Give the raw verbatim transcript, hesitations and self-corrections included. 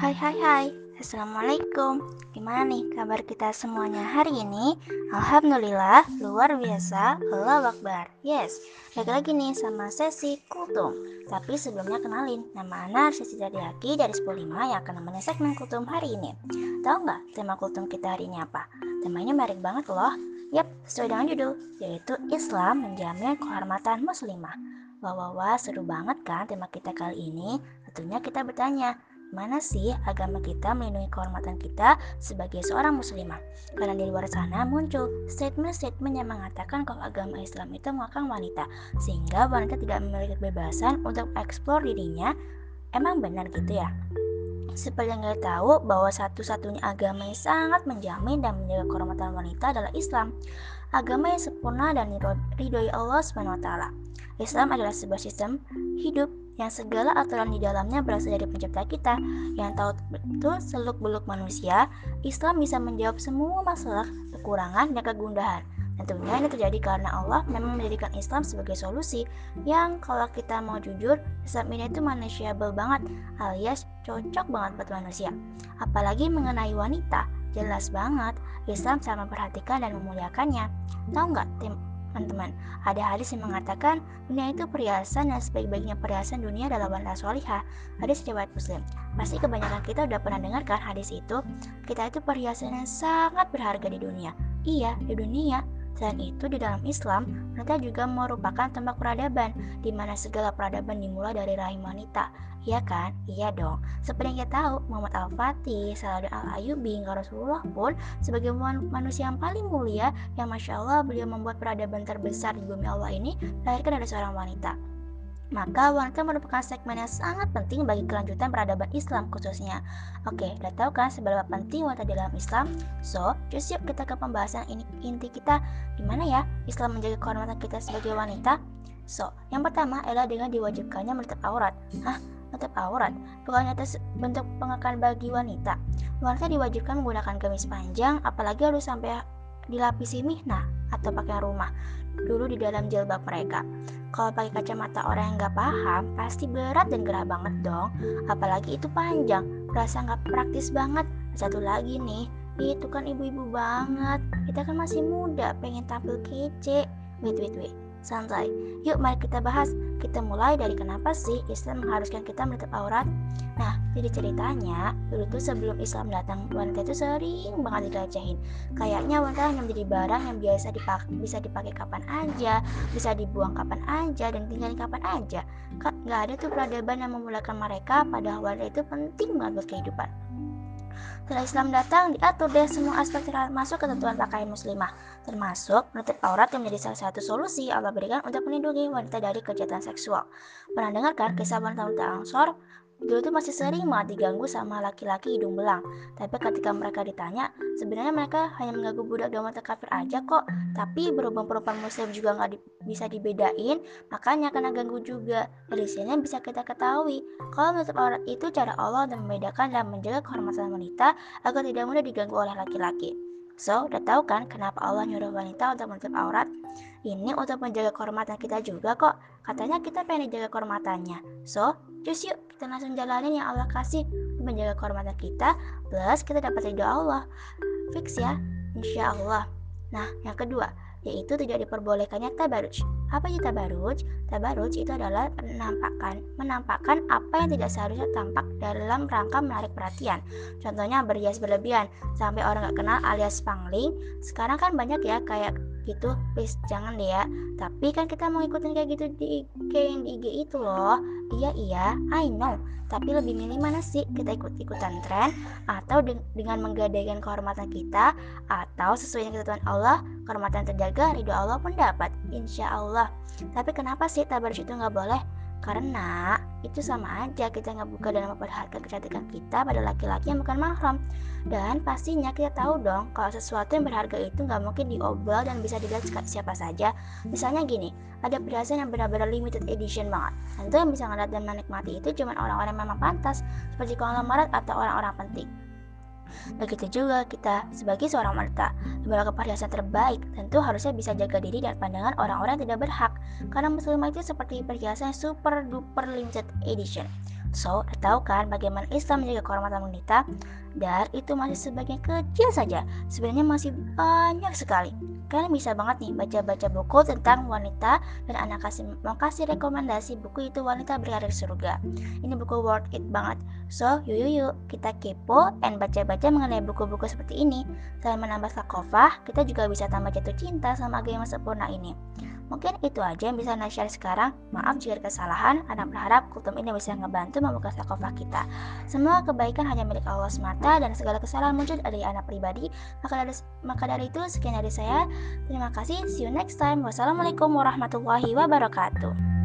Hai hai hai, Assalamualaikum. Gimana nih kabar kita semuanya hari ini? Alhamdulillah, luar biasa, Allahu Akbar. Yes, balik lagi nih sama sesi Kultum. Tapi sebelumnya kenalin, nama Ana Sesi Haki dari sepuluh lima yang akan nemenin segmen Kultum hari ini. Tahu nggak tema Kultum kita hari ini apa? Temanya menarik banget loh. Yap, sesuai dengan judul, yaitu Islam menjamin kehormatan muslimah. Wah wah wah, seru banget kan tema kita kali ini? Tentunya kita bertanya, mana sih agama kita melindungi kehormatan kita sebagai seorang muslimah? Karena di luar sana muncul statement-statement yang mengatakan kalau agama Islam itu mengekang wanita, sehingga wanita tidak memiliki kebebasan untuk eksplor dirinya. Emang benar gitu ya? Seperti yang kita tahu bahwa satu-satunya agama yang sangat menjamin dan menjaga kehormatan wanita adalah Islam. Agama yang sempurna dan ridhoi Allah subhanahu wa taala. Islam adalah sebuah sistem hidup yang segala aturan di dalamnya berasal dari pencipta kita yang tahu betul seluk-beluk manusia. Islam bisa menjawab semua masalah, kekurangan, dan kegundahan. Tentunya ini terjadi karena Allah memang menjadikan Islam sebagai solusi yang kalau kita mau jujur, Islam ini itu manusiable banget alias cocok banget buat manusia. Apalagi mengenai wanita, jelas banget Islam sangat memperhatikan dan memuliakannya. Tahu nggak teman-teman, ada hadis yang mengatakan dunia itu perhiasan dan sebaik-baiknya perhiasan dunia adalah wanita solihah. Hadis riwayat Muslim. Pasti kebanyakan kita udah pernah dengar kan hadis itu. Kita itu perhiasan yang sangat berharga di dunia. Iya, di dunia. Selain itu, di dalam Islam, wanita juga merupakan tempat peradaban, di mana segala peradaban dimulai dari rahim wanita. Iya kan? Iya dong. Seperti yang kita tahu, Muhammad Al-Fatih, Salahuddin Al-Ayyubi, hingga Rasulullah pun sebagai manusia yang paling mulia, yang Masya Allah beliau membuat peradaban terbesar di bumi Allah ini, lahirkan dari seorang wanita. Maka wanita merupakan segmen yang sangat penting bagi kelanjutan peradaban Islam khususnya. Oke, udah tahu kan seberapa penting wanita di dalam Islam? So, just yuk kita ke pembahasan ini, inti kita. Gimana ya Islam menjaga kehormatan kita sebagai wanita? So, yang pertama adalah dengan diwajibkannya menutup aurat. Hah? Menutup aurat? Bukannya itu bentuk pengekan bagi wanita. Wanita diwajibkan menggunakan gamis panjang, apalagi harus sampai dilapisi mihna atau pakaian rumah dulu di dalam jilbab mereka. Kalau pakai kacamata orang yang nggak paham, pasti berat dan gerah banget dong. Apalagi itu panjang, berasa nggak praktis banget. Satu lagi nih, itu kan ibu-ibu banget. Kita kan masih muda, pengen tampil kece. Wait, wait, wait. Santai. Yuk mari kita bahas. Kita mulai dari kenapa sih Islam mengharuskan kita menutup aurat. Nah, jadi ceritanya dulu tuh sebelum Islam datang, wanita itu sering banget dilecehin. Kayaknya wanita hanya menjadi barang yang biasa dipakai, bisa dipakai kapan aja, bisa dibuang kapan aja, dan tinggalin kapan aja. Gak ada tuh peradaban yang memulakan mereka, padahal wanita itu penting banget buat kehidupan. Setelah Islam datang, diatur deh semua aspek termasuk ketentuan pakaian muslimah, termasuk menutup aurat yang menjadi salah satu solusi Allah berikan untuk melindungi wanita dari kejahatan seksual. Pernah dengar kan kisah wanita-wanita Ansor? Dulu tuh masih sering banget diganggu sama laki-laki hidung belang. Tapi ketika mereka ditanya, sebenarnya mereka hanya mengganggu budak dan wanita kafir aja kok. Tapi berhubung perempuan muslim juga nggak di, bisa dibedain, makanya kena ganggu juga. Dari sini bisa kita ketahui kalau menutup aurat itu cara Allah untuk membedakan dan menjaga kehormatan wanita agar tidak mudah diganggu oleh laki-laki. So, udah tahu kan kenapa Allah nyuruh wanita untuk menutup aurat? Ini untuk menjaga kehormatan kita juga kok. Katanya kita pengen dijaga kehormatannya. So, just yuk kita langsung jalanin yang Allah kasih untuk menjaga kehormatan kita. Plus kita dapat ridho Allah. Fix ya, insya Allah. Nah, yang kedua, yaitu tidak diperbolehkannya tabaruj. Apa itu tabaruj? Tabaruj itu adalah menampakkan, menampakkan apa yang tidak seharusnya tampak dalam rangka menarik perhatian. Contohnya berhias berlebihan sampai orang gak kenal alias pangling. Sekarang kan banyak ya kayak gitu, please jangan deh ya. Tapi kan kita mau ikutin kayak gitu di I G, di I G itu loh. Iya iya, I know. Tapi lebih milih mana sih, kita ikut-ikutan tren atau de- dengan menggadaikan kehormatan kita, atau sesuai dengan ketentuan Allah, kehormatan terjaga, ridho Allah pun dapat, insya Allah. Tapi kenapa sih tabarruj itu nggak boleh? Karena itu sama aja kita ngebuka dan memperlihatkan kecantikan kita pada laki-laki yang bukan mahram. Dan pastinya kita tahu dong kalau sesuatu yang berharga itu nggak mungkin diobral dan bisa dilihat siapa saja. Misalnya gini, ada perhiasan yang benar-benar limited edition banget. Tentu yang bisa ngeliat dan menikmati itu cuma orang-orang yang memang pantas, seperti konglomerat atau orang-orang penting. Begitu juga kita sebagai seorang wanita, lembaga perhiasan terbaik tentu harusnya bisa jaga diri dan pandangan orang-orang yang tidak berhak. Karena muslimah itu seperti perhiasan super duper limited edition. So, tahu kan bagaimana Islam menjaga kehormatan wanita? Dan itu masih sebagian kecil saja. Sebenarnya masih banyak sekali. Kalian bisa banget nih baca-baca buku tentang wanita dan anak kasih mau kasih rekomendasi buku itu Wanita Berkarir Surga. Ini buku worth it banget. So, yuk yuk yuk kita kepo dan baca-baca mengenai buku-buku seperti ini. Selain menambah sakofah, kita juga bisa tambah jatuh cinta sama agama yang sempurna ini. Mungkin itu aja yang bisa Ana share sekarang. Maaf jika ada kesalahan. Ana berharap kultum ini bisa ngebantu membuka sakofah kita. Semua kebaikan hanya milik Allah semata dan segala kesalahan muncul dari anak pribadi. Maka dari, maka dari itu sekian dari saya. Terima kasih. See you next time. Wassalamualaikum warahmatullahi wabarakatuh.